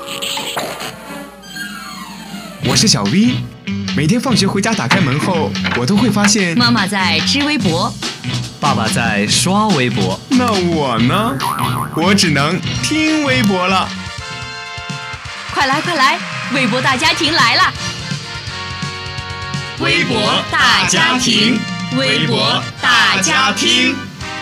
我是小 V， 每天放学回家打开门后，我都会发现妈妈在织微博， 爸爸在刷微博。 那我呢？我只能听微博了。 快来快来，微博大家庭来了！ 微博大家庭，微博大家庭。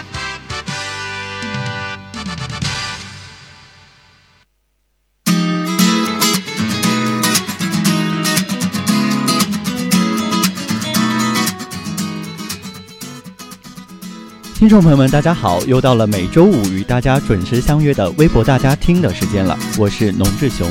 听众朋友们，大家好，又到了每周五与大家准时相约的微博大家听的时间了，我是农志雄。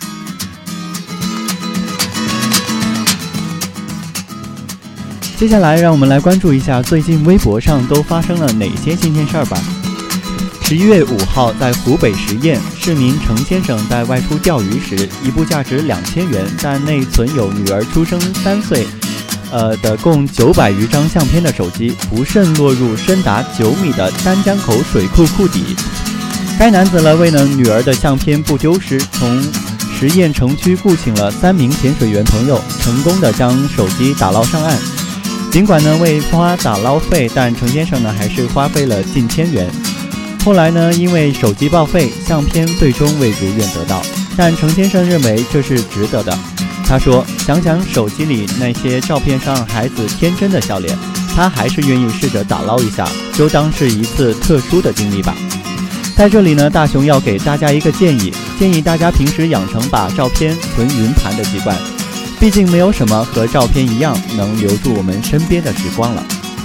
接下来让我们来关注一下最近微博上都发生了哪些新鲜事儿吧。11月5号，在湖北十堰，市民程先生在外出钓鱼时，一部价值2000元但内存有女儿出生3岁的共900余张相片的手机不慎落入深达9米的丹江口水库库底。该男子为了女儿的相片不丢失，从十堰城区雇请了3名潜水员朋友，成功的将手机打捞上岸。尽管未花打捞费，但程先生还是花费了近1000元。后来因为手机报废，相片最终未如愿得到，但程先生认为这是值得的。他说，想想手机里那些照片上孩子天真的笑脸，他还是愿意试着打捞一下，就当是一次特殊的经历吧。在这里大雄要给大家一个建议大家平时养成把照片存云盘的习惯，毕竟没有什么和照片一样能留住我们身边的时光了。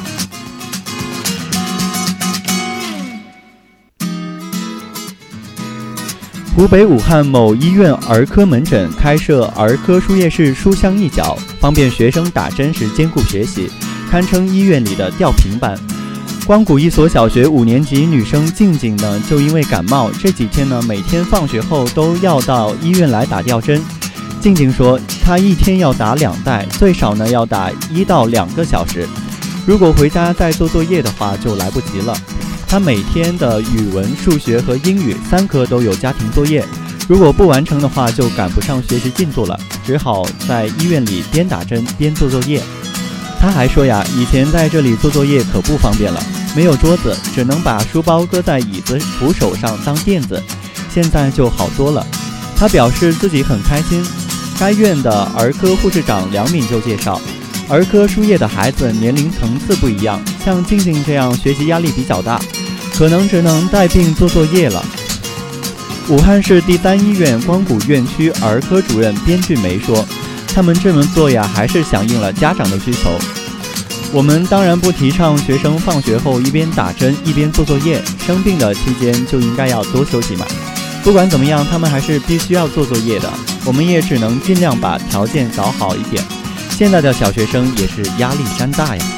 湖北武汉某医院儿科门诊开设儿科输液室书香一角，方便学生打针时兼顾学习，堪称医院里的吊瓶班。光谷一所小学5年级女生静静就因为感冒，这几天每天放学后都要到医院来打吊针。静静说，她一天要打2袋，最少要打1到2个小时，如果回家再做作业的话就来不及了。他每天的语文、数学和英语3科都有家庭作业，如果不完成的话就赶不上学习进度了，只好在医院里边打针边做作业。他还说以前在这里做作业可不方便了，没有桌子，只能把书包搁在椅子扶手上当垫子，现在就好多了。他表示自己很开心。该院的儿科护士长梁敏就介绍，儿科输液的孩子年龄层次不一样，像静静这样学习压力比较大，可能只能带病做作业了。武汉市第3医院光谷院区儿科主任边俊梅说，他们这么做还是响应了家长的需求。我们当然不提倡学生放学后一边打针一边做作业，生病的期间就应该要多休息嘛。不管怎么样，他们还是必须要做作业的，我们也只能尽量把条件搞好一点。现在的小学生也是压力山大呀。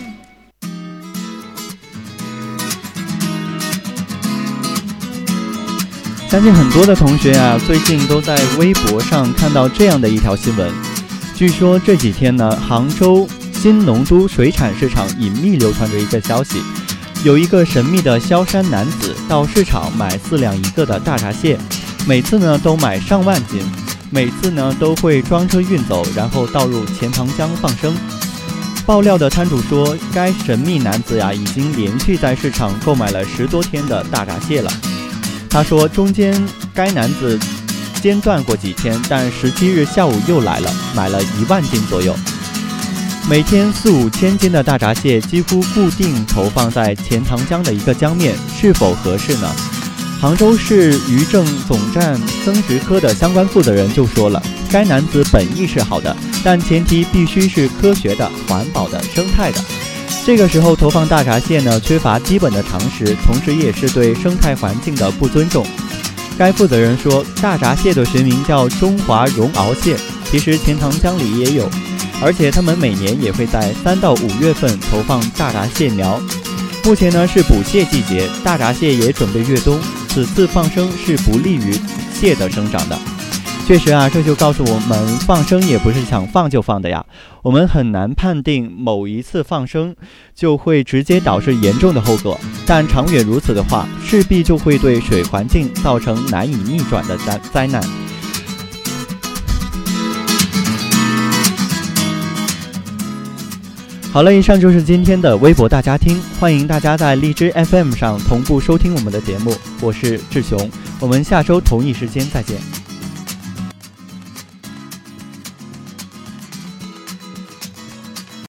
相信很多的同学最近都在微博上看到这样的一条新闻。据说这几天杭州新农都水产市场隐秘流传着一个消息，有一个神秘的萧山男子到市场买4两1个的大闸蟹，每次都买上万斤，每次都会装车运走，然后倒入钱塘江放生。爆料的摊主说，该神秘男子已经连续在市场购买了10多天的大闸蟹了。他说，中间该男子间断过几天，但17日下午又来了，买了1万斤左右。每天4、5千斤的大闸蟹几乎固定投放在钱塘江的一个江面，是否合适呢？杭州市渔政总站增值科的相关负责人就说了，该男子本意是好的，但前提必须是科学的、环保的、生态的。这个时候投放大闸蟹缺乏基本的常识，同时也是对生态环境的不尊重。该负责人说，大闸蟹的学名叫中华绒螯蟹，其实钱塘江里也有，而且他们每年也会在3到5月份投放大闸蟹苗。目前是捕蟹季节，大闸蟹也准备越冬，此次放生是不利于蟹的生长的。确实这就告诉我们，放生也不是想放就放的呀。我们很难判定某一次放生就会直接导致严重的后果，但长远如此的话，势必就会对水环境造成难以逆转的灾难。 好了，以上就是今天的微博大家听，欢迎大家在荔枝 FM 上同步收听我们的节目，我是志雄，我们下周同一时间再见。